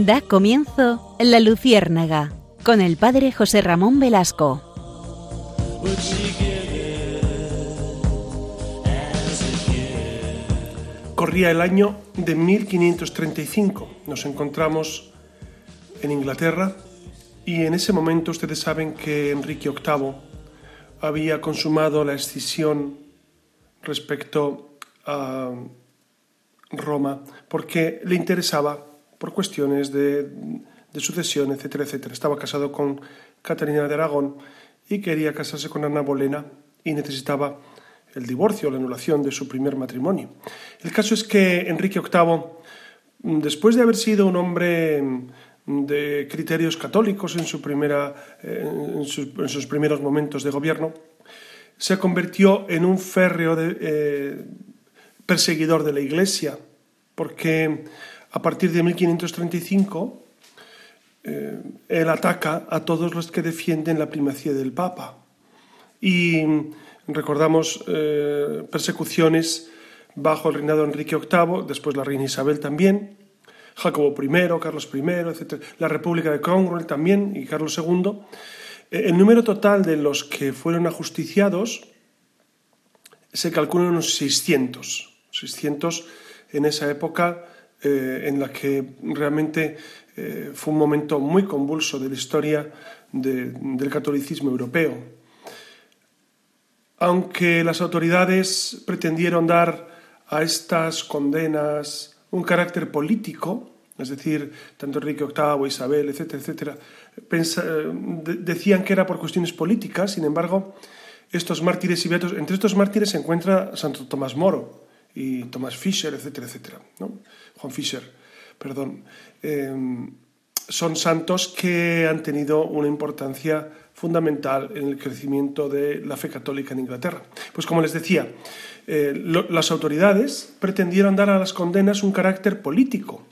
Da comienzo La Luciérnaga, con el padre José Ramón Velasco. Corría el año de 1535. Nos encontramos en Inglaterra y en ese momento ustedes saben que Enrique VIII había consumado la escisión respecto a Roma porque le interesaba por cuestiones de sucesión, etcétera, etcétera. Estaba casado con Catalina de Aragón y quería casarse con Ana Bolena y necesitaba el divorcio, la anulación de su primer matrimonio. El caso es que Enrique VIII, después de haber sido un hombre de criterios católicos en sus primeros momentos de gobierno, se convirtió en un férreo perseguidor de la Iglesia, porque a partir de 1535 él ataca a todos los que defienden la primacía del Papa. Y recordamos persecuciones bajo el reinado de Enrique VIII, después la reina Isabel también, Jacobo I, Carlos I, etc. La República de Cromwell también y Carlos II. El número total de los que fueron ajusticiados se calcula en unos 600 en esa época en la que realmente fue un momento muy convulso de la historia del catolicismo europeo. Aunque las autoridades pretendieron dar a estas condenas un carácter político, es decir, tanto Enrique VIII, Isabel, etcétera, etcétera, decían que era por cuestiones políticas. Sin embargo, estos mártires y beatos, entre estos mártires se encuentra Santo Tomás Moro y Tomás Fisher, etcétera, etcétera, ¿no? Juan Fisher, perdón. Son santos que han tenido una importancia fundamental en el crecimiento de la fe católica en Inglaterra. Pues como les decía, las autoridades pretendieron dar a las condenas un carácter político,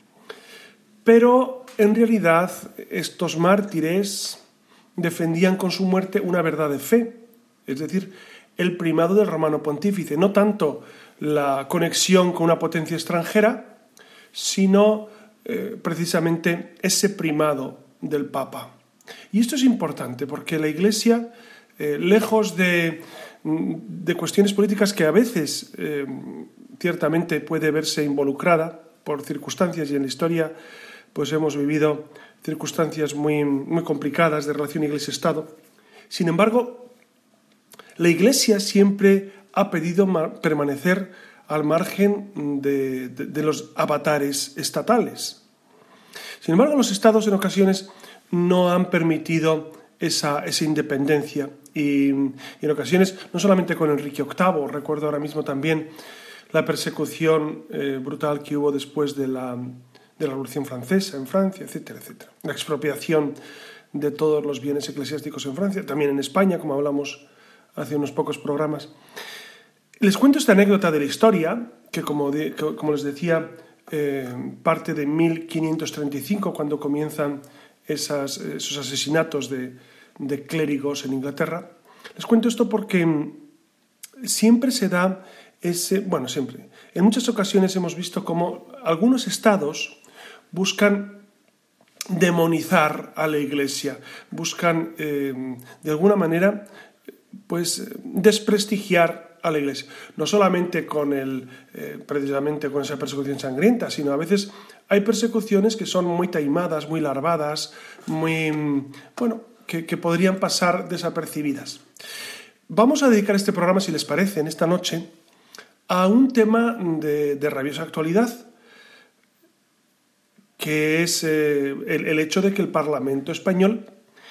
pero en realidad estos mártires defendían con su muerte una verdad de fe, es decir, el primado del romano pontífice, no tanto la conexión con una potencia extranjera, sino precisamente ese primado del Papa. Y esto es importante porque la Iglesia, lejos de cuestiones políticas que a veces ciertamente puede verse involucrada por circunstancias, y en la historia pues hemos vivido circunstancias muy, muy complicadas de relación Iglesia-Estado. Sin embargo, la Iglesia siempre ha pedido permanecer al margen de los avatares estatales. Sin embargo, los estados en ocasiones no han permitido esa independencia y en ocasiones, no solamente con Enrique VIII, recuerdo ahora mismo también la persecución brutal que hubo después de la Revolución Francesa en Francia, etcétera, etcétera. La expropiación de todos los bienes eclesiásticos en Francia, también en España, como hablamos hace unos pocos programas. Les cuento esta anécdota de la historia, que como les decía, parte de 1535, cuando comienzan esos asesinatos de clérigos en Inglaterra. Les cuento esto porque siempre se da siempre. En muchas ocasiones hemos visto cómo algunos estados buscan demonizar a la Iglesia, buscan de alguna manera pues desprestigiar a la Iglesia, no solamente precisamente con esa persecución sangrienta, sino a veces hay persecuciones que son muy taimadas, muy larvadas, que podrían pasar desapercibidas. Vamos a dedicar este programa, si les parece, en esta noche, a un tema de rabiosa actualidad, que es el hecho de que el Parlamento español,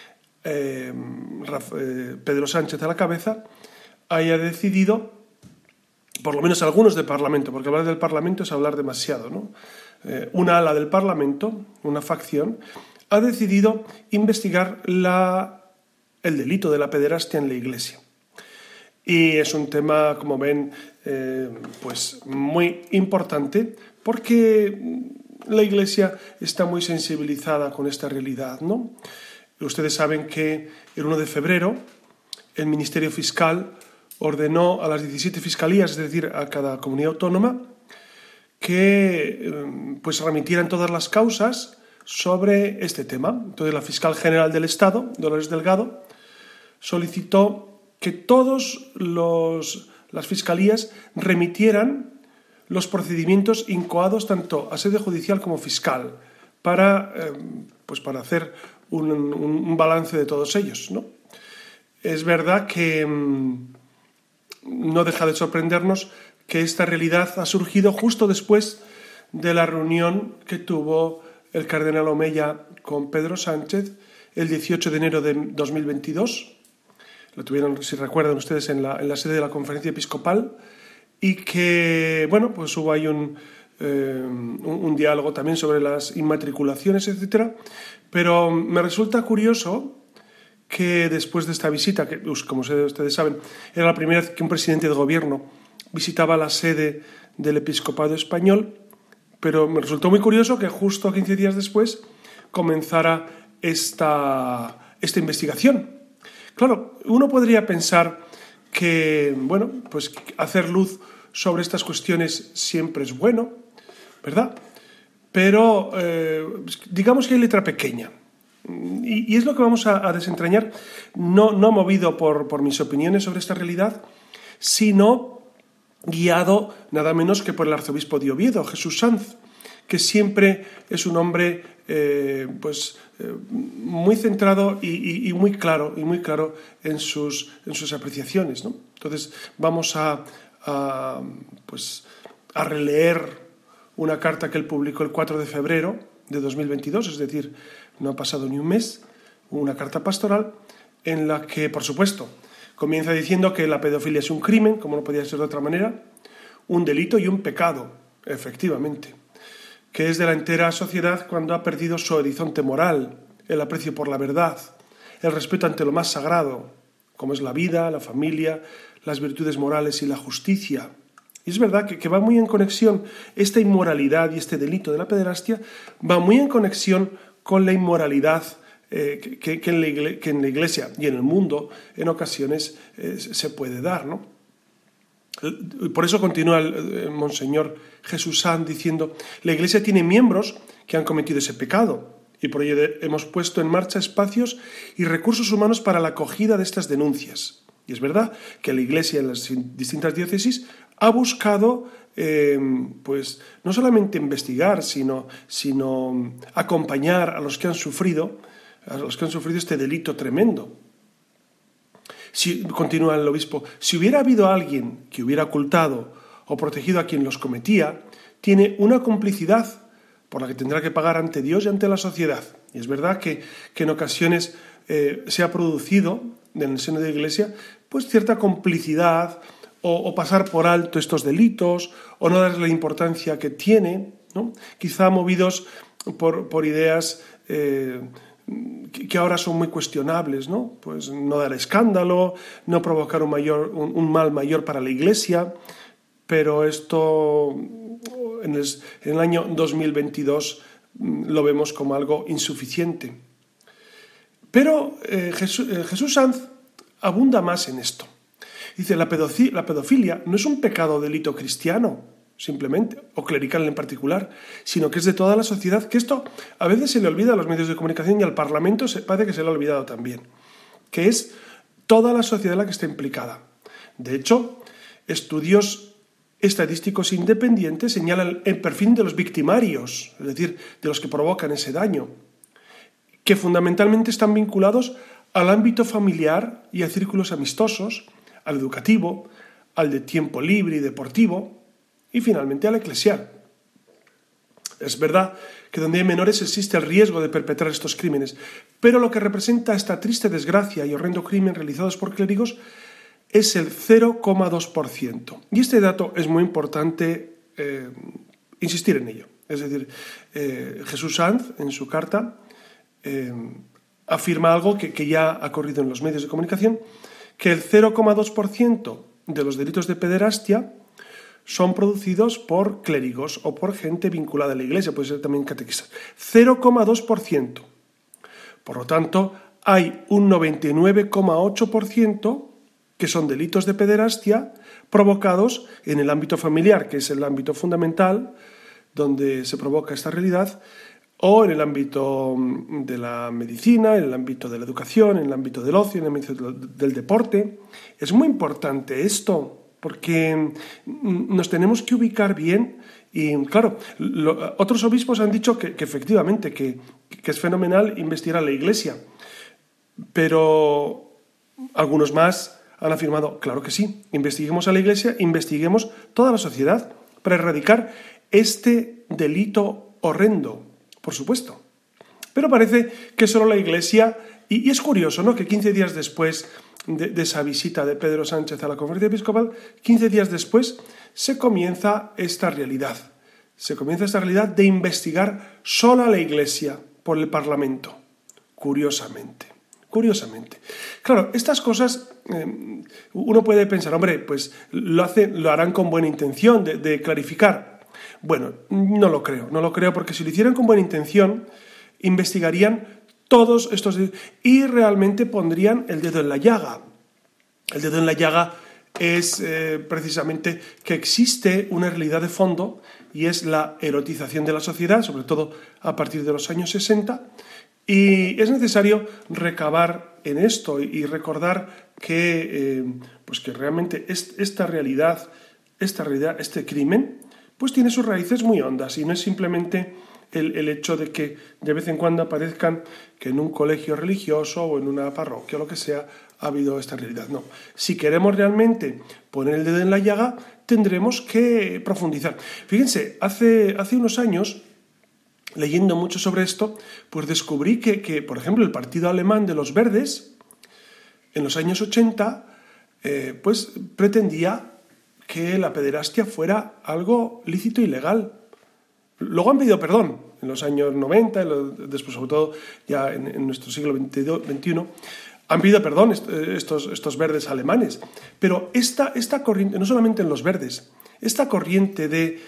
Pedro Sánchez a la cabeza, haya decidido, por lo menos algunos del Parlamento, porque hablar del Parlamento es hablar demasiado, ¿no? Una ala del Parlamento, una facción, ha decidido investigar el delito de la pederastia en la Iglesia. Y es un tema, como ven, pues muy importante, porque la Iglesia está muy sensibilizada con esta realidad, ¿no? Ustedes saben que el 1 de febrero el Ministerio Fiscal ordenó a las 17 fiscalías, es decir, a cada comunidad autónoma, que pues remitieran todas las causas sobre este tema. Entonces la fiscal general del Estado, Dolores Delgado, solicitó que todas las fiscalías remitieran los procedimientos incoados tanto a sede judicial como fiscal para hacer un balance de todos ellos, ¿no? Es verdad que no deja de sorprendernos que esta realidad ha surgido justo después de la reunión que tuvo el cardenal Omeya con Pedro Sánchez el 18 de enero de 2022. Lo tuvieron, si recuerdan ustedes, en la sede de la Conferencia Episcopal, y que, pues hubo ahí un diálogo también sobre las inmatriculaciones, etcétera. Pero me resulta curioso que después de esta visita, que como ustedes saben, era la primera vez que un presidente de gobierno visitaba la sede del Episcopado español, pero me resultó muy curioso que justo 15 días después comenzara esta investigación. Claro, uno podría pensar que, hacer luz sobre estas cuestiones siempre es bueno, ¿verdad? Pero digamos que hay letra pequeña. Y es lo que vamos a desentrañar, no movido por mis opiniones sobre esta realidad, sino guiado nada menos que por el arzobispo de Oviedo, Jesús Sanz, que siempre es un hombre muy centrado y muy claro en sus apreciaciones, ¿no? Entonces vamos a releer una carta que él publicó el 4 de febrero de 2022, es decir, no ha pasado ni un mes, una carta pastoral en la que, por supuesto, comienza diciendo que la pedofilia es un crimen, como no podía ser de otra manera, un delito y un pecado, efectivamente, que es de la entera sociedad cuando ha perdido su horizonte moral, el aprecio por la verdad, el respeto ante lo más sagrado, como es la vida, la familia, las virtudes morales y la justicia. Y es verdad que va muy en conexión, esta inmoralidad y este delito de la pederastia va muy en conexión con la inmoralidad que en la Iglesia y en el mundo en ocasiones se puede dar, ¿no? Por eso continúa el Monseñor Jesús Sanz diciendo: la Iglesia tiene miembros que han cometido ese pecado y por ello hemos puesto en marcha espacios y recursos humanos para la acogida de estas denuncias. Y es verdad que la Iglesia en las distintas diócesis ha buscado no solamente investigar, sino acompañar a los que han sufrido este delito tremendo. Continúa el obispo, si hubiera habido alguien que hubiera ocultado o protegido a quien los cometía, tiene una complicidad por la que tendrá que pagar ante Dios y ante la sociedad. Y es verdad que en ocasiones se ha producido en el seno de la Iglesia cierta complicidad o pasar por alto estos delitos o no darles la importancia que tiene, ¿no? Quizá movidos por ideas que ahora son muy cuestionables, ¿no? Pues no dar escándalo, no provocar un mal mayor para la Iglesia, pero esto en el año 2022 lo vemos como algo insuficiente. Pero Jesús Sanz abunda más en esto. Dice, la pedofilia no es un pecado o delito cristiano, simplemente, o clerical en particular, sino que es de toda la sociedad, que esto a veces se le olvida a los medios de comunicación y al Parlamento parece que se le ha olvidado también, que es toda la sociedad la que está implicada. De hecho, estudios estadísticos independientes señalan el perfil de los victimarios, es decir, de los que provocan ese daño, que fundamentalmente están vinculados al ámbito familiar y a círculos amistosos, al educativo, al de tiempo libre y deportivo y finalmente al eclesial. Es verdad que donde hay menores existe el riesgo de perpetrar estos crímenes, pero lo que representa esta triste desgracia y horrendo crimen realizados por clérigos es el 0,2%. Y este dato es muy importante insistir en ello. Es decir, Jesús Sanz, en su carta, afirma algo que ya ha corrido en los medios de comunicación, que el 0,2% de los delitos de pederastia son producidos por clérigos o por gente vinculada a la Iglesia, puede ser también catequistas. 0,2%. Por lo tanto, hay un 99,8% que son delitos de pederastia provocados en el ámbito familiar, que es el ámbito fundamental donde se provoca esta realidad, o en el ámbito de la medicina, en el ámbito de la educación, en el ámbito del ocio, en el ámbito del deporte. Es muy importante esto, porque nos tenemos que ubicar bien y, claro, otros obispos han dicho que efectivamente, que es fenomenal investigar a la Iglesia, pero algunos más han afirmado, claro que sí, investiguemos a la Iglesia, investiguemos toda la sociedad para erradicar este delito horrendo, por supuesto. Pero parece que solo la Iglesia, y es curioso, ¿no?, que 15 días después de esa visita de Pedro Sánchez a la conferencia episcopal, 15 días después se comienza esta realidad. Se comienza esta realidad de investigar solo a la Iglesia por el Parlamento, curiosamente. Claro, estas cosas uno puede pensar, hombre, pues lo harán con buena intención de clarificar. Bueno, no lo creo, porque si lo hicieran con buena intención, investigarían todos estos y realmente pondrían el dedo en la llaga. El dedo en la llaga es precisamente que existe una realidad de fondo y es la erotización de la sociedad, sobre todo a partir de los años 60, y es necesario recabar en esto y recordar que realmente esta realidad, este crimen, pues tiene sus raíces muy hondas y no es simplemente el hecho de que de vez en cuando aparezcan que en un colegio religioso o en una parroquia o lo que sea ha habido esta realidad. No, si queremos realmente poner el dedo en la llaga, tendremos que profundizar. Fíjense, hace unos años, leyendo mucho sobre esto, pues descubrí que, por ejemplo, el partido alemán de los Verdes, en los años 80, pues pretendía que la pederastia fuera algo lícito y legal. Luego han pedido perdón en los años 90, después sobre todo ya en nuestro siglo XXI, han pedido perdón estos verdes alemanes. Pero esta corriente, no solamente en los verdes, esta corriente de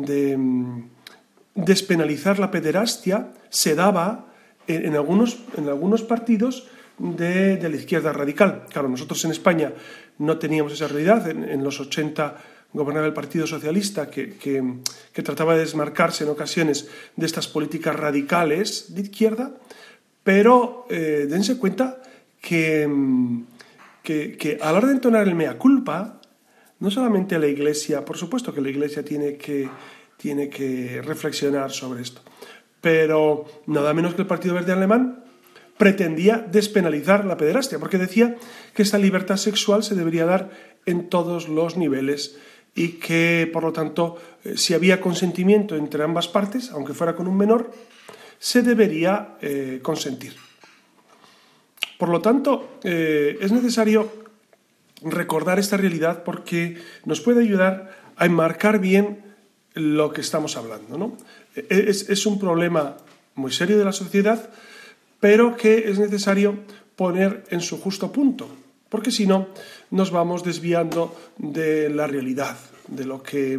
despenalizar la pederastia se daba en algunos partidos de la izquierda radical. Claro, nosotros en España no teníamos esa realidad. En los 80 gobernaba el Partido Socialista que trataba de desmarcarse en ocasiones de estas políticas radicales de izquierda, pero dense cuenta que a la hora de entonar el mea culpa, no solamente la Iglesia, por supuesto que la Iglesia tiene que reflexionar sobre esto, pero nada menos que el Partido Verde alemán pretendía despenalizar la pederastia, porque decía que esta libertad sexual se debería dar en todos los niveles y que, por lo tanto, si había consentimiento entre ambas partes, aunque fuera con un menor, se debería consentir. Por lo tanto, es necesario recordar esta realidad porque nos puede ayudar a enmarcar bien lo que estamos hablando, ¿no? Es un problema muy serio de la sociedad, pero que es necesario poner en su justo punto, porque si no nos vamos desviando de la realidad, de lo que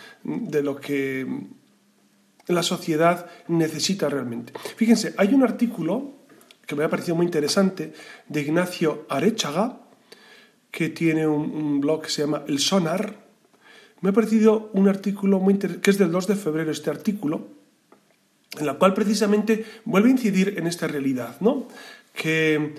la sociedad necesita realmente. Fíjense, hay un artículo que me ha parecido muy interesante de Ignacio Arechaga, que tiene un blog que se llama El Sonar. Me ha parecido un artículo muy interesante, que es del 2 de febrero este artículo, en la cual precisamente vuelve a incidir en esta realidad, ¿no? Que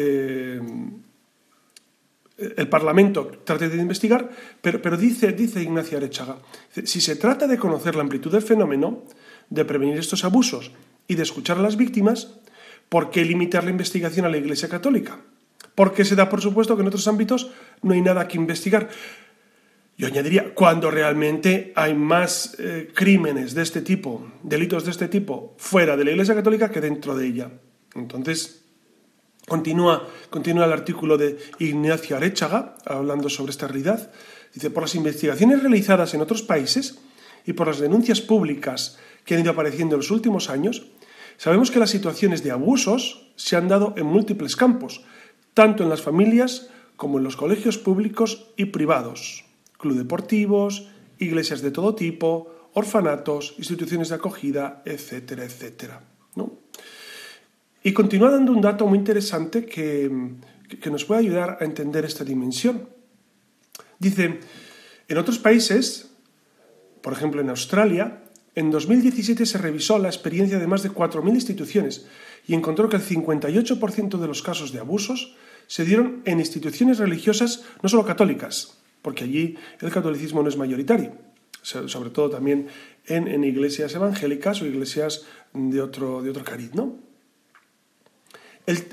el Parlamento trate de investigar, pero dice Ignacio Arechaga, si se trata de conocer la amplitud del fenómeno, de prevenir estos abusos y de escuchar a las víctimas, ¿por qué limitar la investigación a la Iglesia Católica? Porque se da por supuesto que en otros ámbitos no hay nada que investigar. Yo añadiría, cuando realmente hay más crímenes de este tipo, delitos de este tipo, fuera de la Iglesia Católica que dentro de ella. Entonces, continúa el artículo de Ignacio Arechaga, hablando sobre esta realidad. Dice, por las investigaciones realizadas en otros países y por las denuncias públicas que han ido apareciendo en los últimos años, sabemos que las situaciones de abusos se han dado en múltiples campos, tanto en las familias como en los colegios públicos y privados, clubes deportivos, iglesias de todo tipo, orfanatos, instituciones de acogida, etcétera, etcétera, ¿no? Y continúa dando un dato muy interesante que nos puede ayudar a entender esta dimensión. Dice, en otros países, por ejemplo en Australia, En 2017 se revisó la experiencia de más de 4.000 instituciones y encontró que el 58% de los casos de abusos se dieron en instituciones religiosas no solo católicas, porque allí el catolicismo no es mayoritario, sobre todo también en iglesias evangélicas o iglesias de otro cariz, ¿no? El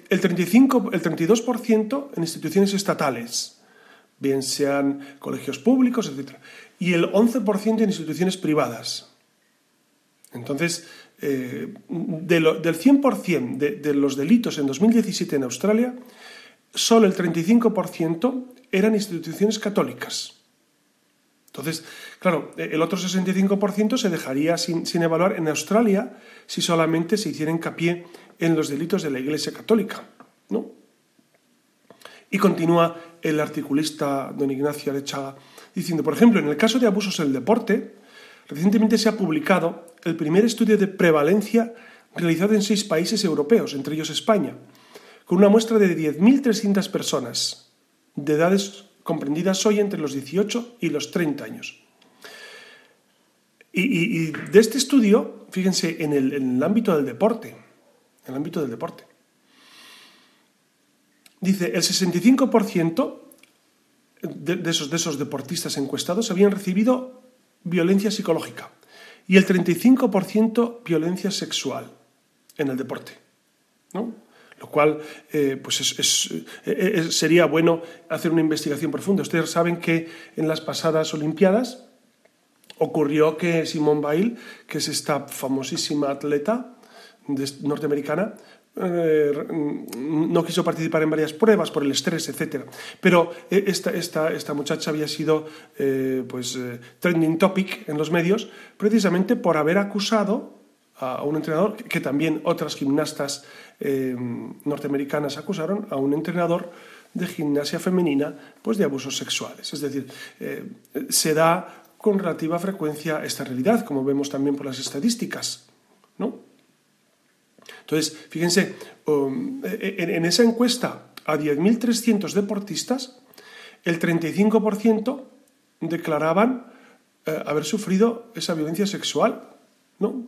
32% en instituciones estatales, bien sean colegios públicos, etc. Y el 11% en instituciones privadas. Entonces, del 100% de los delitos en 2017 en Australia, solo el 35% eran instituciones católicas. Entonces, claro, el otro 65% se dejaría sin evaluar en Australia si solamente se hiciera hincapié en los delitos de la Iglesia Católica, ¿no? Y continúa el articulista don Ignacio Arechaga diciendo, por ejemplo, en el caso de abusos en el deporte, recientemente se ha publicado el primer estudio de prevalencia realizado en 6 países europeos, entre ellos España, con una muestra de 10.300 personas de edades comprendidas hoy entre los 18 y los 30 años. Y de este estudio, fíjense, en el ámbito del deporte, dice, el 65% de esos deportistas encuestados habían recibido violencia psicológica y el 35% violencia sexual en el deporte, ¿no? Lo cual sería bueno hacer una investigación profunda. Ustedes saben que en las pasadas Olimpiadas ocurrió que Simone Biles, que es esta famosísima atleta norteamericana, no quiso participar en varias pruebas por el estrés, etc. Pero esta muchacha había sido trending topic en los medios precisamente por haber acusado a un entrenador, que también otras gimnastas norteamericanas acusaron a un entrenador de gimnasia femenina pues de abusos sexuales. Es decir, se da con relativa frecuencia esta realidad, como vemos también por las estadísticas, ¿no? Entonces, fíjense, en esa encuesta a 10.300 deportistas, el 35% declaraban haber sufrido esa violencia sexual, ¿no?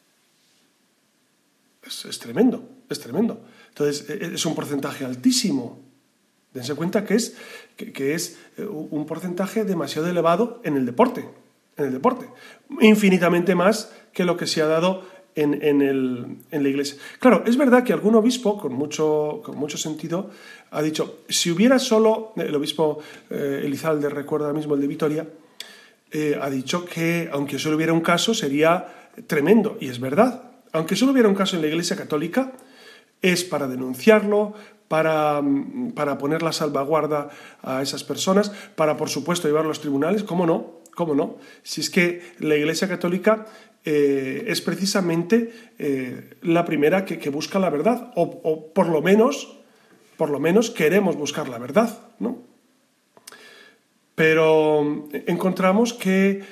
Es tremendo, es tremendo. Entonces, es un porcentaje altísimo. Dense cuenta que es un porcentaje demasiado elevado en el deporte, infinitamente más que lo que se ha dado en la Iglesia. Claro, es verdad que algún obispo, con mucho sentido, ha dicho, si hubiera solo, el obispo Elizalde, recuerda ahora mismo el de Vitoria, ha dicho que aunque solo hubiera un caso sería tremendo, y es verdad. Aunque solo hubiera un caso en la Iglesia Católica, es para denunciarlo, para poner la salvaguarda a esas personas, para, por supuesto, llevarlo a los tribunales. ¿Cómo no? Si es que la Iglesia Católica es precisamente la primera que busca la verdad, o por lo menos queremos buscar la verdad, ¿no? Pero encontramos que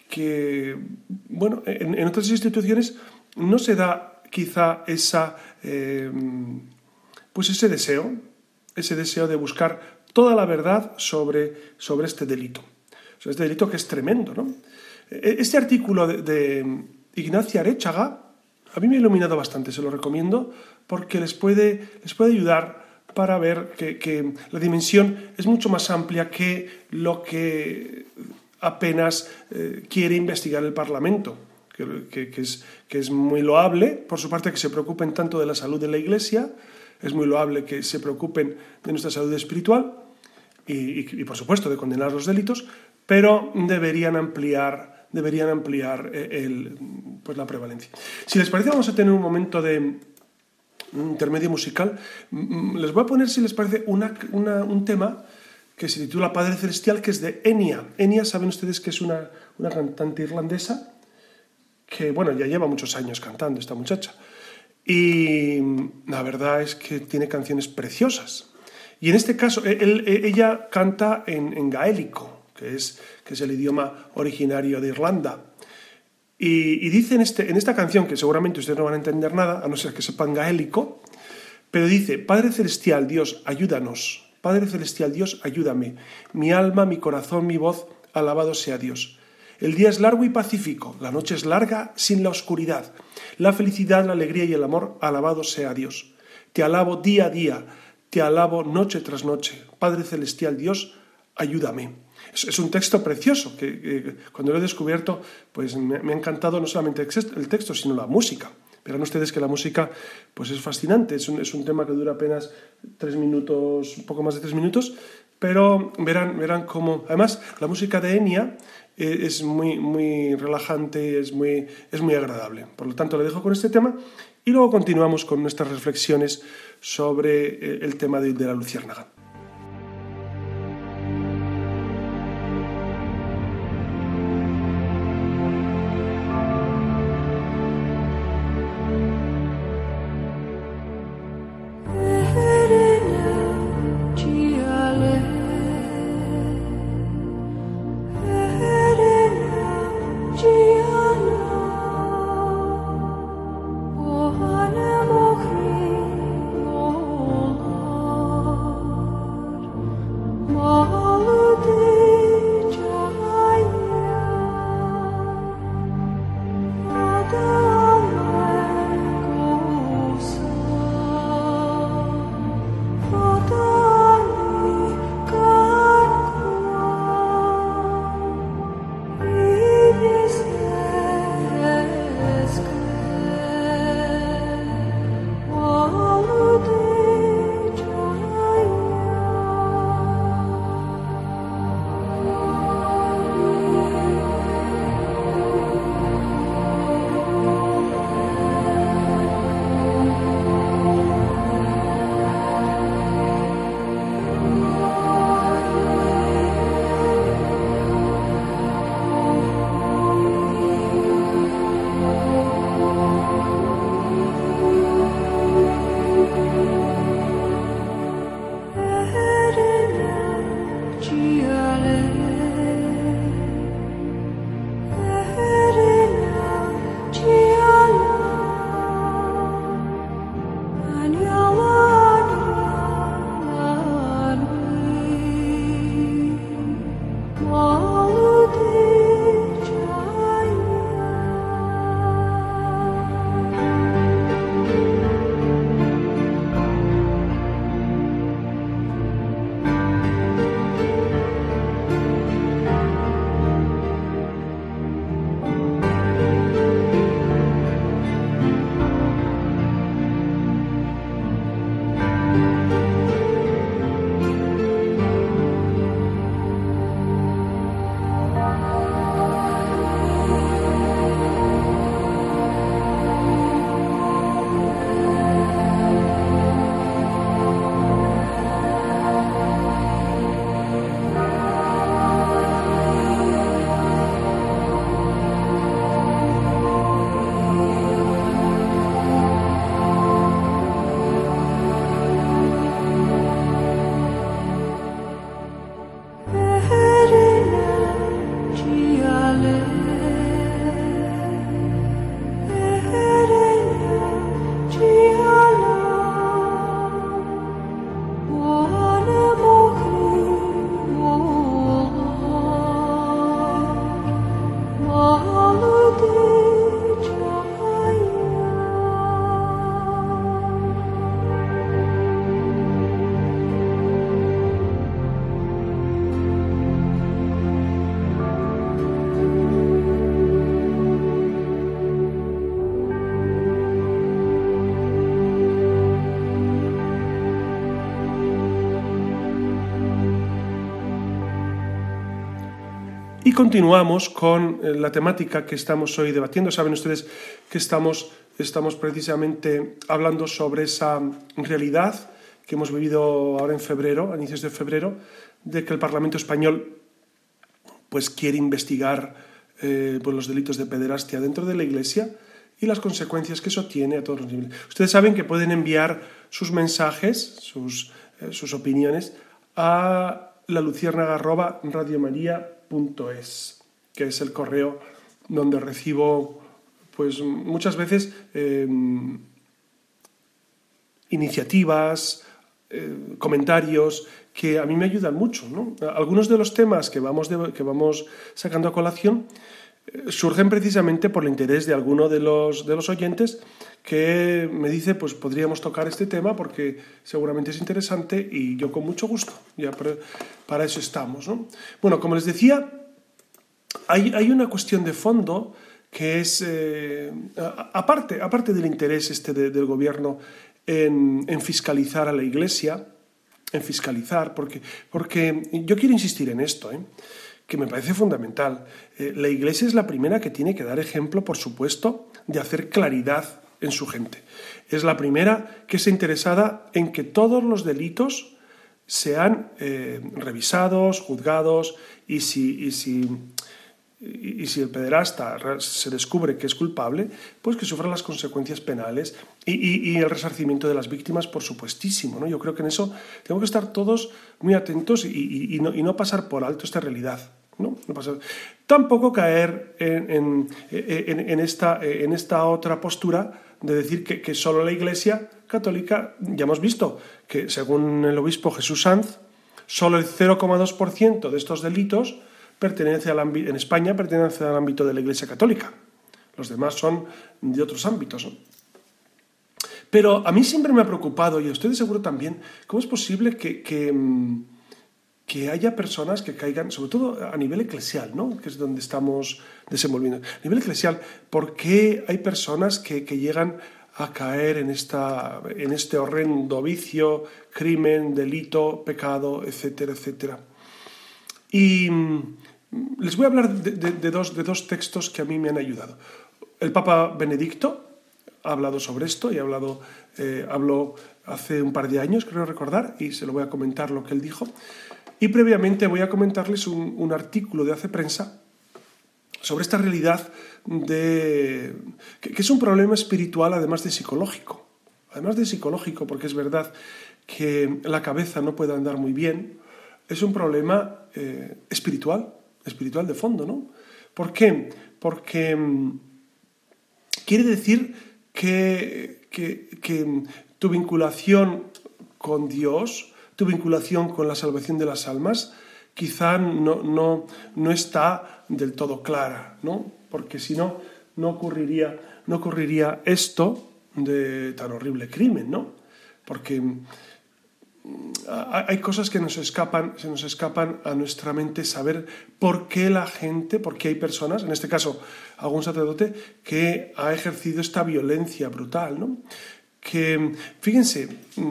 en otras instituciones no se da quizá ese deseo de buscar toda la verdad sobre este delito. Sobre este delito que es tremendo, ¿no? Este artículo de Ignacio Arechaga a mí me ha iluminado bastante, se lo recomiendo, porque les puede ayudar para ver que la dimensión es mucho más amplia que lo que apenas quiere investigar el Parlamento. Que es muy loable, por su parte, que se preocupen tanto de la salud de la Iglesia, es muy loable que se preocupen de nuestra salud espiritual y por supuesto, de condenar los delitos, pero deberían ampliar la prevalencia. Si les parece, vamos a tener un momento de intermedio musical. Les voy a poner, si les parece, un tema que se titula Padre Celestial, que es de Enya. Enya, saben ustedes que es una cantante irlandesa que, ya lleva muchos años cantando esta muchacha. Y la verdad es que tiene canciones preciosas. Y en este caso, ella canta en gaélico, que es el idioma originario de Irlanda. Y dice en esta canción, que seguramente ustedes no van a entender nada, a no ser que sepan gaélico, pero dice: Padre Celestial, Dios, ayúdanos. Padre Celestial, Dios, ayúdame. Mi alma, mi corazón, mi voz, alabado sea Dios. El día es largo y pacífico, la noche es larga sin la oscuridad. La felicidad, la alegría y el amor, alabado sea Dios. Te alabo día a día, te alabo noche tras noche. Padre celestial Dios, ayúdame. Es un texto precioso que cuando lo he descubierto pues me ha encantado no solamente el texto, sino la música. Verán ustedes que la música pues es fascinante, es un tema que dura apenas 3 minutos, un poco más de 3 minutos, pero verán cómo... Además, la música de Enya es muy relajante, es muy agradable. Por lo tanto, le dejo con este tema y luego continuamos con nuestras reflexiones sobre el tema de la luciérnaga. Y continuamos con la temática que estamos hoy debatiendo. Saben ustedes que estamos precisamente hablando sobre esa realidad que hemos vivido ahora en febrero, a inicios de febrero, de que el Parlamento español pues quiere investigar pues los delitos de pederastia dentro de la Iglesia y las consecuencias que eso tiene a todos los niveles. Ustedes saben que pueden enviar sus mensajes, sus opiniones a laluciérnaga@radiomaria.es, que es el correo donde recibo pues muchas veces iniciativas, comentarios que a mí me ayudan mucho, ¿no? Algunos de los temas que vamos sacando a colación surgen precisamente por el interés de alguno de los oyentes que me dice, pues podríamos tocar este tema porque seguramente es interesante, y yo con mucho gusto, ya para eso estamos, ¿no? Bueno, como les decía, hay una cuestión de fondo que es, aparte del interés del gobierno en fiscalizar a la Iglesia, porque yo quiero insistir en esto, que me parece fundamental. La Iglesia es la primera que tiene que dar ejemplo, por supuesto, de hacer claridad en su gente. Es la primera que está interesada en que todos los delitos sean revisados, juzgados, y si el pederasta se descubre que es culpable, pues que sufra las consecuencias penales y el resarcimiento de las víctimas, por supuestísimo, ¿no? Yo creo que en eso tenemos que estar todos muy atentos y no pasar por alto esta realidad, ¿no? Tampoco caer en esta otra postura de decir que solo la Iglesia Católica. Ya hemos visto que, según el obispo Jesús Sanz, solo el 0,2% de estos delitos en España pertenece al ámbito de la Iglesia Católica. Los demás son de otros ámbitos, ¿no? Pero a mí siempre me ha preocupado, y a ustedes seguro también, cómo es posible que haya personas que caigan, sobre todo a nivel eclesial, ¿no? Que es donde estamos desenvolviendo. A nivel eclesial, ¿por qué hay personas que llegan a caer en este horrendo vicio, crimen, delito, pecado, etcétera, etcétera? Y les voy a hablar de dos textos que a mí me han ayudado. El Papa Benedicto ha hablado sobre esto y habló hace un par de años, creo recordar, y se lo voy a comentar lo que él dijo. Y previamente voy a comentarles un artículo de Hace Prensa sobre esta realidad que es un problema espiritual además de psicológico. Además de psicológico, porque es verdad que la cabeza no puede andar muy bien, es un problema espiritual de fondo, ¿no? ¿Por qué? Porque quiere decir que tu vinculación con Dios, tu vinculación con la salvación de las almas, quizá no está del todo clara, ¿no? Porque si no ocurriría esto de tan horrible crimen, ¿no? Porque hay cosas que se nos escapan a nuestra mente, saber por qué hay personas, en este caso algún sacerdote, que ha ejercido esta violencia brutal, ¿no? Que, fíjense,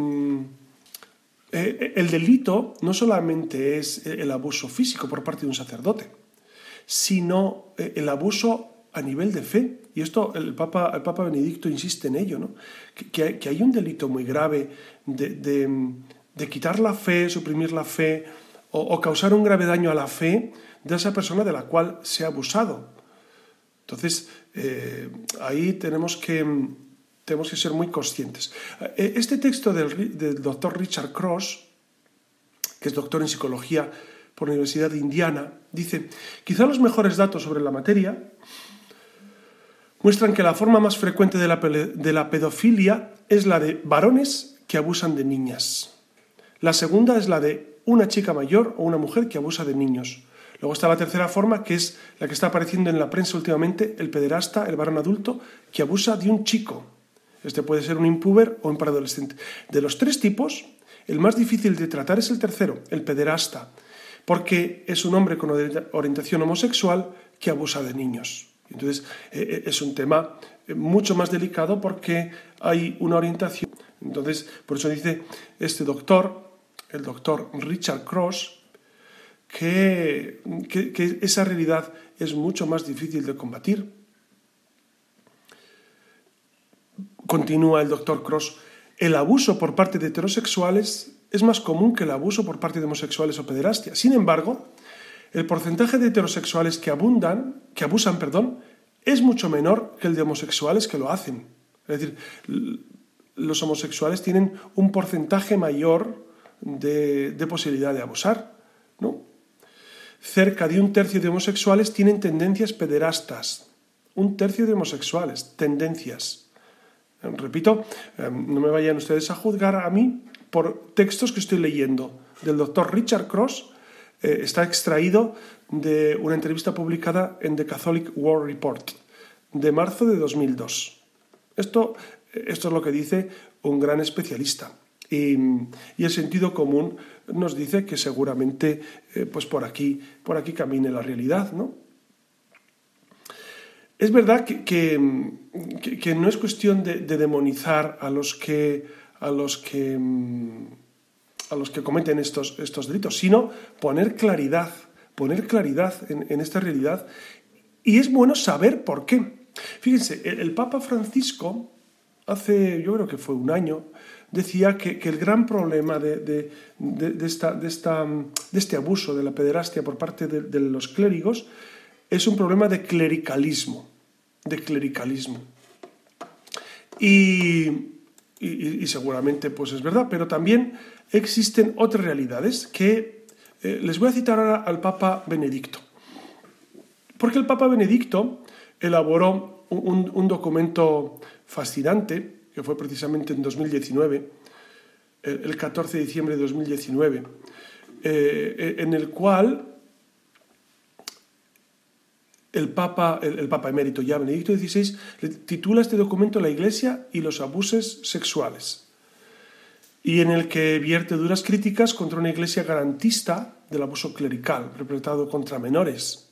el delito no solamente es el abuso físico por parte de un sacerdote, sino el abuso a nivel de fe. Y esto el Papa Benedicto insiste en ello, ¿no? Que hay un delito muy grave de quitar la fe, suprimir la fe o causar un grave daño a la fe de esa persona de la cual se ha abusado. Entonces, ahí tenemos que ser muy conscientes. Este texto del doctor Richard Cross, que es doctor en psicología por la Universidad de Indiana, dice: quizá los mejores datos sobre la materia muestran que la forma más frecuente de la pedofilia es la de varones que abusan de niñas. La segunda es la de una chica mayor o una mujer que abusa de niños. Luego está la tercera forma, que es la que está apareciendo en la prensa últimamente: el pederasta, el varón adulto, que abusa de un chico. Este puede ser un impúber o un preadolescente. De los tres tipos, el más difícil de tratar es el tercero, el pederasta, porque es un hombre con orientación homosexual que abusa de niños. Entonces, es un tema mucho más delicado porque hay una orientación. Entonces, por eso dice este doctor, el doctor Richard Cross, que esa realidad es mucho más difícil de combatir. Continúa el doctor Cross: el abuso por parte de heterosexuales es más común que el abuso por parte de homosexuales o pederastia. Sin embargo, el porcentaje de heterosexuales que abusan, es mucho menor que el de homosexuales que lo hacen. Es decir, los homosexuales tienen un porcentaje mayor de posibilidad de abusar, ¿no? Cerca de un tercio de homosexuales tienen tendencias pederastas. Un tercio de homosexuales, tendencias. Repito, no me vayan ustedes a juzgar a mí por textos que estoy leyendo del doctor Richard Cross. Está extraído de una entrevista publicada en The Catholic World Report de marzo de 2002. Esto es lo que dice un gran especialista. Y el sentido común nos dice que seguramente pues por aquí camine la realidad, ¿no? Es verdad que no es cuestión de demonizar a los que cometen estos delitos, sino poner claridad en esta realidad, y es bueno saber por qué. Fíjense, el Papa Francisco, hace, yo creo que fue un año, decía que el gran problema de este abuso de la pederastia por parte de los clérigos es un problema de clericalismo. Y seguramente pues es verdad, pero también existen otras realidades que les voy a citar ahora al Papa Benedicto. Porque el Papa Benedicto elaboró un documento fascinante, que fue precisamente en 2019, el 14 de diciembre de 2019, en el cual el Papa emérito ya, Benedicto XVI, titula este documento La Iglesia y los abusos sexuales, y en el que vierte duras críticas contra una iglesia garantista del abuso clerical, perpetrado contra menores.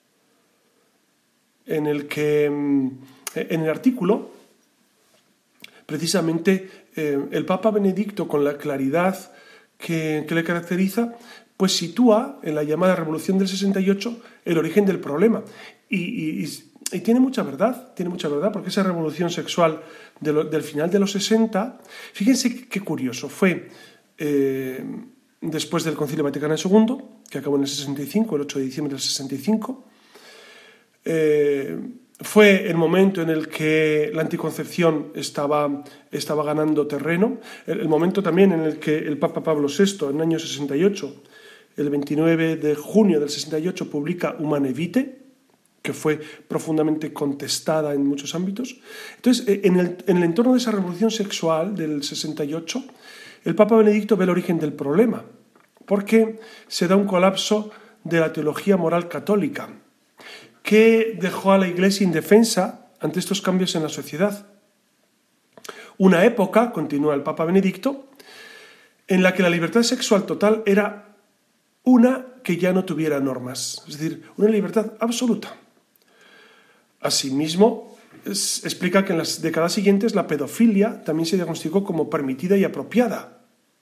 En el artículo, precisamente, el Papa Benedicto, con la claridad que le caracteriza, pues sitúa en la llamada Revolución del 68 el origen del problema. Y tiene mucha verdad, porque esa revolución sexual del final de los 60, fíjense qué curioso, fue después del Concilio Vaticano II, que acabó en el 65, el 8 de diciembre del 65, fue el momento en el que la anticoncepción estaba ganando terreno, el momento también en el que el Papa Pablo VI, en el año 68, el 29 de junio del 68, publica Humane Vitae, que fue profundamente contestada en muchos ámbitos. Entonces, en el entorno de esa revolución sexual del 68, el Papa Benedicto ve el origen del problema, porque se da un colapso de la teología moral católica, que dejó a la Iglesia indefensa ante estos cambios en la sociedad. Una época, continúa el Papa Benedicto, en la que la libertad sexual total era una que ya no tuviera normas, es decir, una libertad absoluta. Asimismo, explica que en las décadas siguientes la pedofilia también se diagnosticó como permitida y apropiada.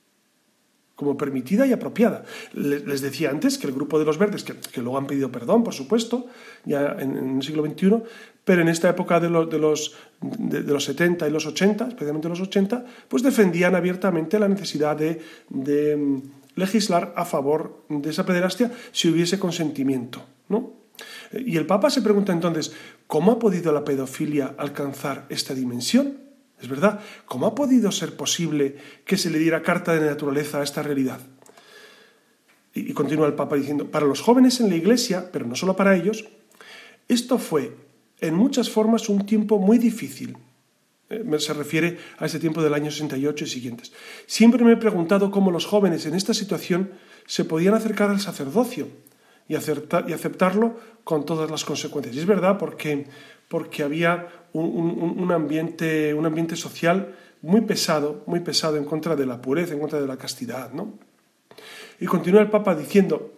Les decía antes que el grupo de los verdes, que luego han pedido perdón, por supuesto, ya en el siglo XXI, pero en esta época de los 70 y los 80, especialmente los 80, pues defendían abiertamente la necesidad de legislar a favor de esa pederastia si hubiese consentimiento, ¿no? Y el Papa se pregunta entonces, ¿cómo ha podido la pedofilia alcanzar esta dimensión? Es verdad, ¿cómo ha podido ser posible que se le diera carta de naturaleza a esta realidad? Y continúa el Papa diciendo, para los jóvenes en la Iglesia, pero no solo para ellos, esto fue en muchas formas un tiempo muy difícil. Se refiere a ese tiempo del año 68 y siguientes. Siempre me he preguntado cómo los jóvenes en esta situación se podían acercar al sacerdocio y aceptarlo con todas las consecuencias. Y es verdad, porque había un ambiente social muy pesado en contra de la pureza, en contra de la castidad, ¿no? Y continúa el Papa diciendo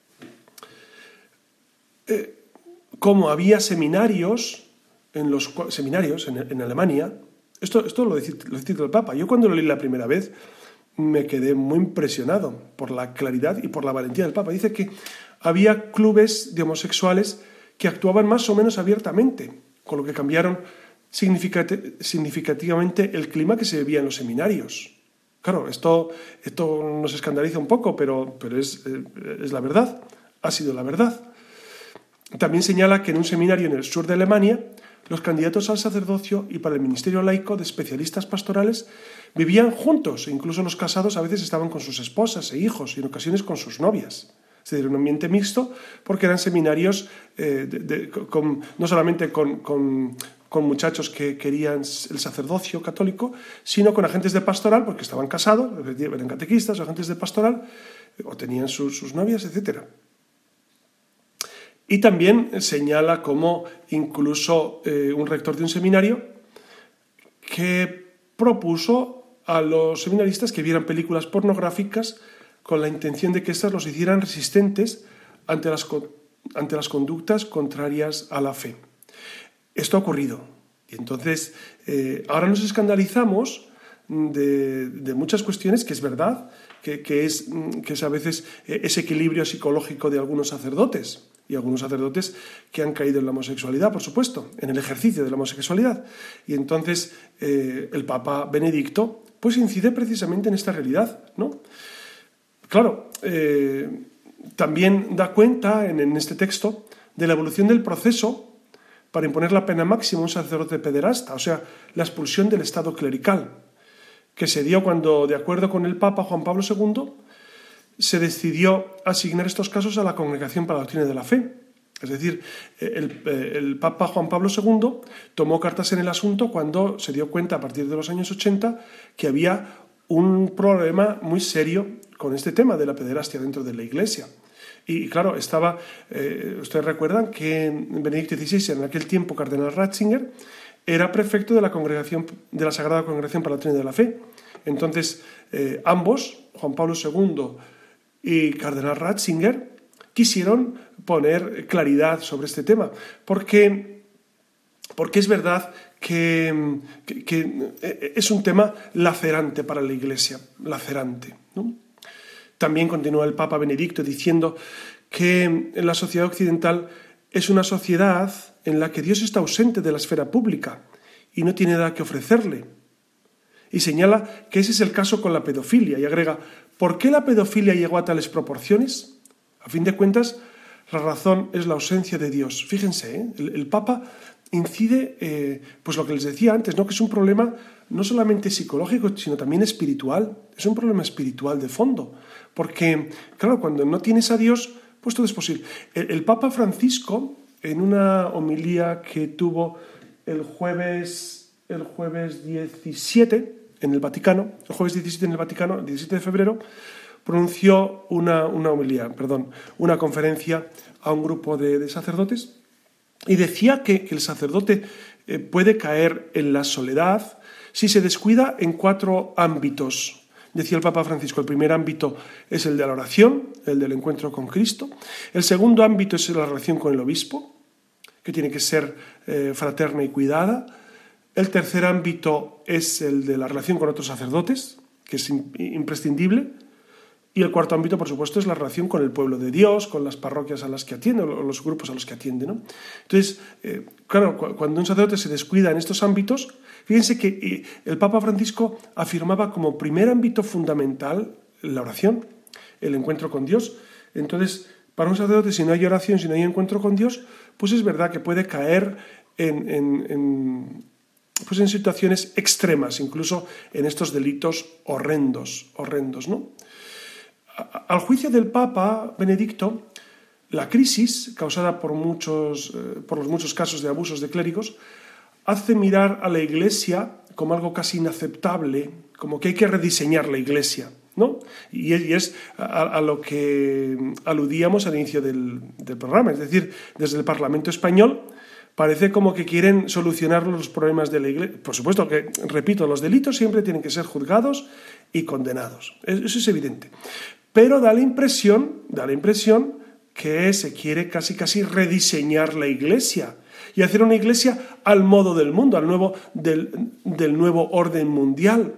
cómo había seminarios en Alemania. Esto lo cita el Papa. Yo cuando lo leí la primera vez me quedé muy impresionado por la claridad y por la valentía del Papa. Dice que había clubes de homosexuales que actuaban más o menos abiertamente, con lo que cambiaron significativamente el clima que se vivía en los seminarios. Claro, esto nos escandaliza un poco, pero es la verdad, ha sido la verdad. También señala que en un seminario en el sur de Alemania, los candidatos al sacerdocio y para el ministerio laico de especialistas pastorales vivían juntos, e incluso los casados a veces estaban con sus esposas e hijos y en ocasiones con sus novias. Es decir, un ambiente mixto, porque eran seminarios no solamente con con muchachos que querían el sacerdocio católico, sino con agentes de pastoral, porque estaban casados, eran catequistas o agentes de pastoral, o tenían sus novias, etc. Y también señala como incluso un rector de un seminario que propuso a los seminaristas que vieran películas pornográficas con la intención de que éstas los hicieran resistentes ante las conductas contrarias a la fe. Esto ha ocurrido. Y entonces, ahora nos escandalizamos de muchas cuestiones, que es verdad, que es a veces ese equilibrio psicológico de algunos sacerdotes, y algunos sacerdotes que han caído en la homosexualidad, por supuesto, en el ejercicio de la homosexualidad. Y entonces el Papa Benedicto pues incide precisamente en esta realidad, ¿no? Claro, también da cuenta en este texto de la evolución del proceso para imponer la pena máxima a un sacerdote pederasta, o sea, la expulsión del estado clerical, que se dio cuando, de acuerdo con el Papa Juan Pablo II, se decidió asignar estos casos a la Congregación para la Doctrina de la Fe. Es decir, el Papa Juan Pablo II tomó cartas en el asunto cuando se dio cuenta, a partir de los años 80, que había un problema muy serio con este tema de la pederastia dentro de la Iglesia. Y claro, ustedes recuerdan que Benedicto XVI, en aquel tiempo cardenal Ratzinger, era prefecto de la Sagrada Congregación para la Doctrina de la Fe. Entonces, ambos, Juan Pablo II y cardenal Ratzinger, quisieron poner claridad sobre este tema, porque es verdad que es un tema lacerante para la Iglesia, lacerante, ¿no? También continúa el Papa Benedicto diciendo que la sociedad occidental es una sociedad en la que Dios está ausente de la esfera pública y no tiene nada que ofrecerle. Y señala que ese es el caso con la pedofilia y agrega, ¿por qué la pedofilia llegó a tales proporciones? A fin de cuentas, la razón es la ausencia de Dios. Fíjense, el Papa incide, pues lo que les decía antes, ¿no? Que es un problema no solamente psicológico, sino también espiritual. Es un problema espiritual de fondo. Porque, claro, cuando no tienes a Dios, pues todo es posible. El Papa Francisco, en una homilía que tuvo el jueves 17 en el Vaticano, el jueves 17 en el Vaticano, el 17 de febrero, pronunció una conferencia a un grupo de sacerdotes y decía que el sacerdote puede caer en la soledad si se descuida en 4 ámbitos. Decía el Papa Francisco, el primer ámbito es el de la oración, el del encuentro con Cristo. El segundo ámbito es la relación con el obispo, que tiene que ser fraterna y cuidada. El tercer ámbito es el de la relación con otros sacerdotes, que es imprescindible. Y el cuarto ámbito, por supuesto, es la relación con el pueblo de Dios, con las parroquias a las que atiende, o los grupos a los que atiende, ¿no? Entonces, claro, cuando un sacerdote se descuida en estos ámbitos, fíjense que el Papa Francisco afirmaba como primer ámbito fundamental la oración, el encuentro con Dios. Entonces, para un sacerdote, si no hay oración, si no hay encuentro con Dios, pues es verdad que puede caer en situaciones extremas, incluso en estos delitos horrendos, ¿no? Al juicio del Papa Benedicto, la crisis causada por los muchos casos de abusos de clérigos hace mirar a la Iglesia como algo casi inaceptable, como que hay que rediseñar la Iglesia, ¿no? Y es a lo que aludíamos al inicio del programa, es decir, desde el Parlamento español parece como que quieren solucionar los problemas de la Iglesia. Por supuesto que, repito, los delitos siempre tienen que ser juzgados y condenados, eso es evidente. Pero da la impresión que se quiere casi rediseñar la Iglesia y hacer una Iglesia al modo del mundo, del nuevo orden mundial.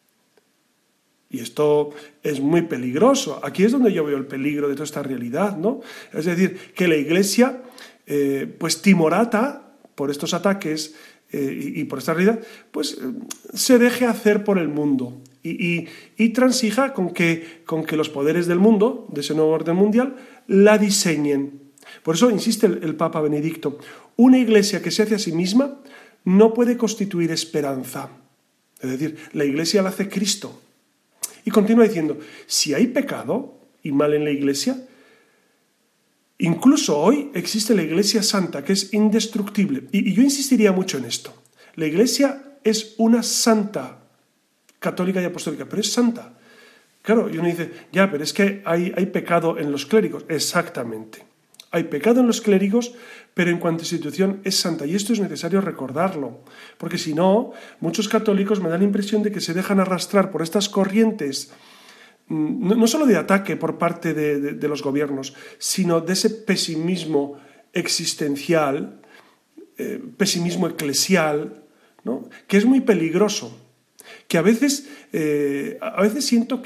Y esto es muy peligroso. Aquí es donde yo veo el peligro de toda esta realidad, ¿no? Es decir, que la Iglesia, pues timorata por estos ataques y por esta realidad, pues se deje hacer por el mundo. Y transija con que los poderes del mundo, de ese nuevo orden mundial, la diseñen. Por eso insiste el Papa Benedicto, una Iglesia que se hace a sí misma no puede constituir esperanza. Es decir, la Iglesia la hace Cristo. Y continúa diciendo, si hay pecado y mal en la Iglesia, Incluso hoy existe la Iglesia Santa, que es indestructible. Y yo insistiría mucho en esto. La Iglesia es una santa, católica y apostólica, pero es santa. Claro, y uno dice, ya, pero es que hay pecado en los clérigos. Exactamente. Hay pecado en los clérigos, pero en cuanto a institución es santa. Y esto es necesario recordarlo, porque si no, muchos católicos me dan la impresión de que se dejan arrastrar por estas corrientes, no solo de ataque por parte de los gobiernos, sino de ese pesimismo existencial, pesimismo eclesial, ¿no? Que es muy peligroso, que a veces siento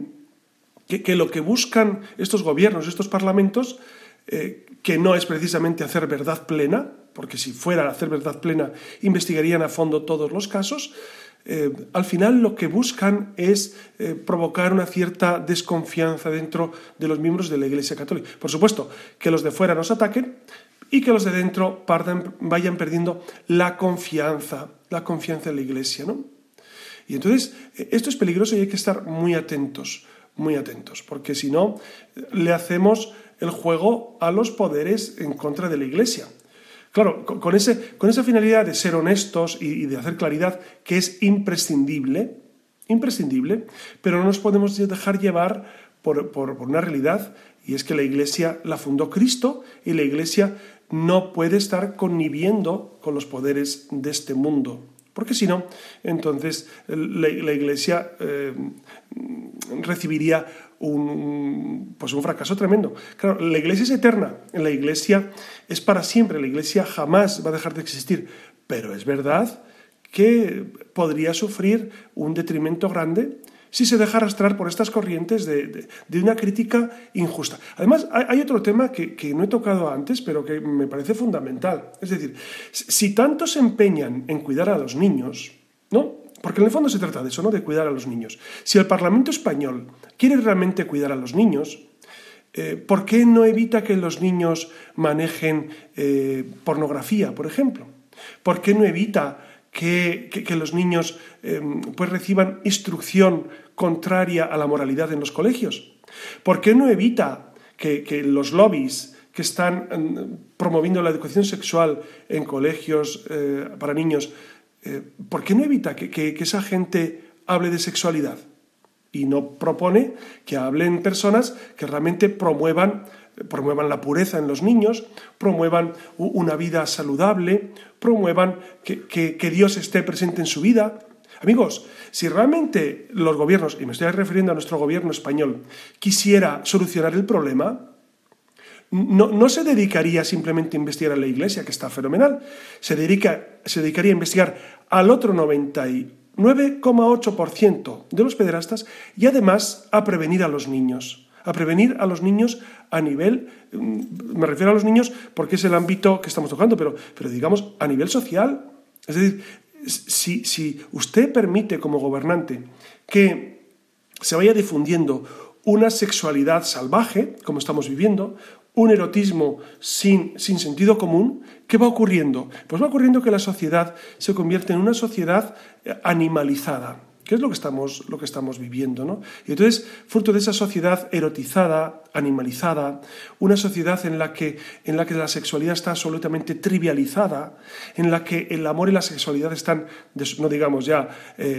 que lo que buscan estos gobiernos, estos parlamentos, que no es precisamente hacer verdad plena, porque si fuera hacer verdad plena investigarían a fondo todos los casos, al final lo que buscan es provocar una cierta desconfianza dentro de los miembros de la Iglesia Católica. Por supuesto, que los de fuera nos ataquen y que los de dentro vayan perdiendo la confianza en la Iglesia, ¿no? Y entonces esto es peligroso y hay que estar muy atentos, porque si no le hacemos el juego a los poderes en contra de la Iglesia. Claro, con esa finalidad de ser honestos y de hacer claridad, que es imprescindible, pero no nos podemos dejar llevar por una realidad, y es que la Iglesia la fundó Cristo y la Iglesia no puede estar conniviendo con los poderes de este mundo. Porque si no, entonces la Iglesia recibiría un fracaso tremendo. Claro, la Iglesia es eterna, la Iglesia es para siempre, la Iglesia jamás va a dejar de existir, pero es verdad que podría sufrir un detrimento grande si se deja arrastrar por estas corrientes de una crítica injusta. Además, hay otro tema que no he tocado antes, pero que me parece fundamental. Es decir, si tanto se empeñan en cuidar a los niños, ¿no? Porque en el fondo se trata de eso, ¿no? De cuidar a los niños. Si el Parlamento español quiere realmente cuidar a los niños, ¿por qué no evita que los niños manejen pornografía, por ejemplo? ¿Por qué no evita que los niños pues reciban instrucción contraria a la moralidad en los colegios? ¿Por qué no evita que los lobbies que están promoviendo la educación sexual en colegios para niños, ¿por qué no evita que esa gente hable de sexualidad? Y no propone que hablen personas que realmente promuevan la pureza en los niños, promuevan una vida saludable, promuevan que Dios esté presente en su vida. Amigos, si realmente los gobiernos, y me estoy refiriendo a nuestro gobierno español, quisiera solucionar el problema, no se dedicaría simplemente a investigar a la Iglesia, que está fenomenal, se dedicaría a investigar al otro 99,8% de los pederastas y además a prevenir a los niños. A prevenir a los niños a nivel, me refiero a los niños porque es el ámbito que estamos tocando, pero digamos a nivel social. Es decir, si usted permite como gobernante que se vaya difundiendo una sexualidad salvaje, como estamos viviendo, un erotismo sin sentido común, ¿qué va ocurriendo? Pues va ocurriendo que la sociedad se convierte en una sociedad animalizada, que es lo que estamos viviendo, ¿no? Y entonces, fruto de esa sociedad erotizada, animalizada, una sociedad en la que la sexualidad está absolutamente trivializada, en la que el amor y la sexualidad están, no digamos ya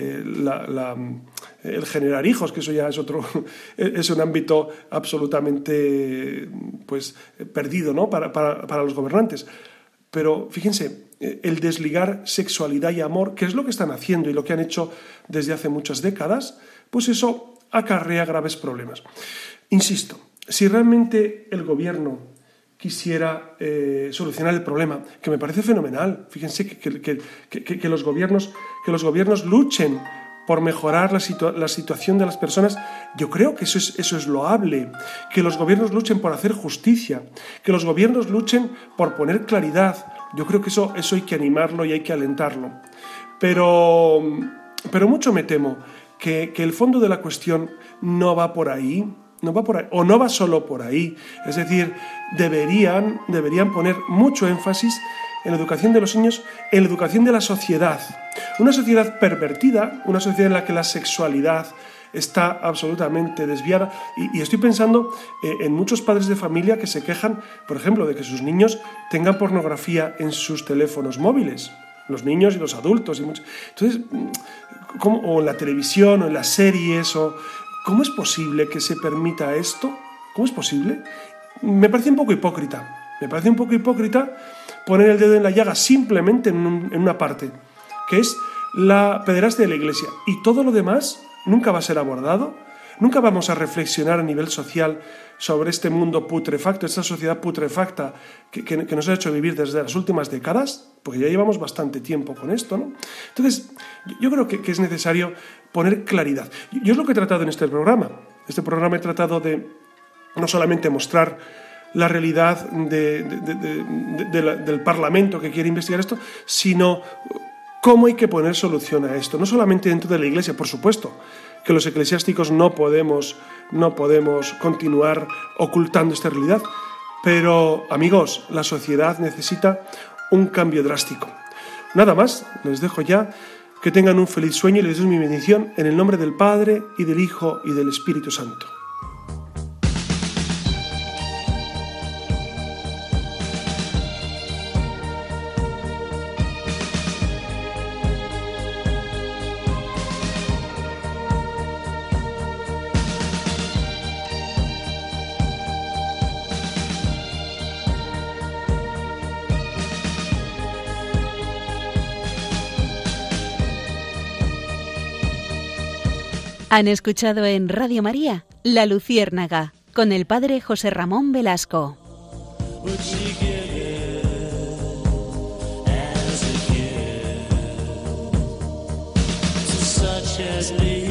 el generar hijos, que eso ya es es un ámbito absolutamente perdido, ¿no? para los gobernantes. Pero fíjense, el desligar sexualidad y amor, que es lo que están haciendo y lo que han hecho desde hace muchas décadas, pues eso acarrea graves problemas. Insisto, si realmente el gobierno quisiera solucionar el problema, que me parece fenomenal, fíjense que los gobiernos luchen por mejorar la situación de las personas, yo creo que eso es loable, que los gobiernos luchen por hacer justicia, que los gobiernos luchen por poner claridad. Yo creo que eso hay que animarlo y hay que alentarlo. Pero mucho me temo que el fondo de la cuestión no va por ahí, o no va solo por ahí. Es decir, deberían poner mucho énfasis en la educación de los niños, en la educación de la sociedad. Una sociedad pervertida, una sociedad en la que la sexualidad está absolutamente desviada. Y estoy pensando en muchos padres de familia que se quejan, por ejemplo, de que sus niños tengan pornografía en sus teléfonos móviles. Los niños y los adultos. Entonces, o en la televisión, o en las series, ¿cómo es posible que se permita esto? ¿Cómo es posible? Me parece un poco hipócrita. Me parece un poco hipócrita poner el dedo en la llaga simplemente en una parte, que es la pederastia de la Iglesia. Y todo lo demás nunca va a ser abordado. Nunca vamos a reflexionar a nivel social sobre este mundo putrefacto, esta sociedad putrefacta que nos ha hecho vivir desde las últimas décadas, porque ya llevamos bastante tiempo con esto, ¿no? Entonces, yo creo que es necesario poner claridad. Yo es lo que he tratado en este programa. Este programa he tratado de no solamente mostrar la realidad del Parlamento que quiere investigar esto, sino cómo hay que poner solución a esto. No solamente dentro de la Iglesia, por supuesto, que los eclesiásticos no podemos continuar ocultando esta realidad. Pero, amigos, la sociedad necesita un cambio drástico. Nada más, les dejo ya. Que tengan un feliz sueño y les doy mi bendición en el nombre del Padre, y del Hijo, y del Espíritu Santo. Han escuchado en Radio María La Luciérnaga con el padre José Ramón Velasco. Such as me.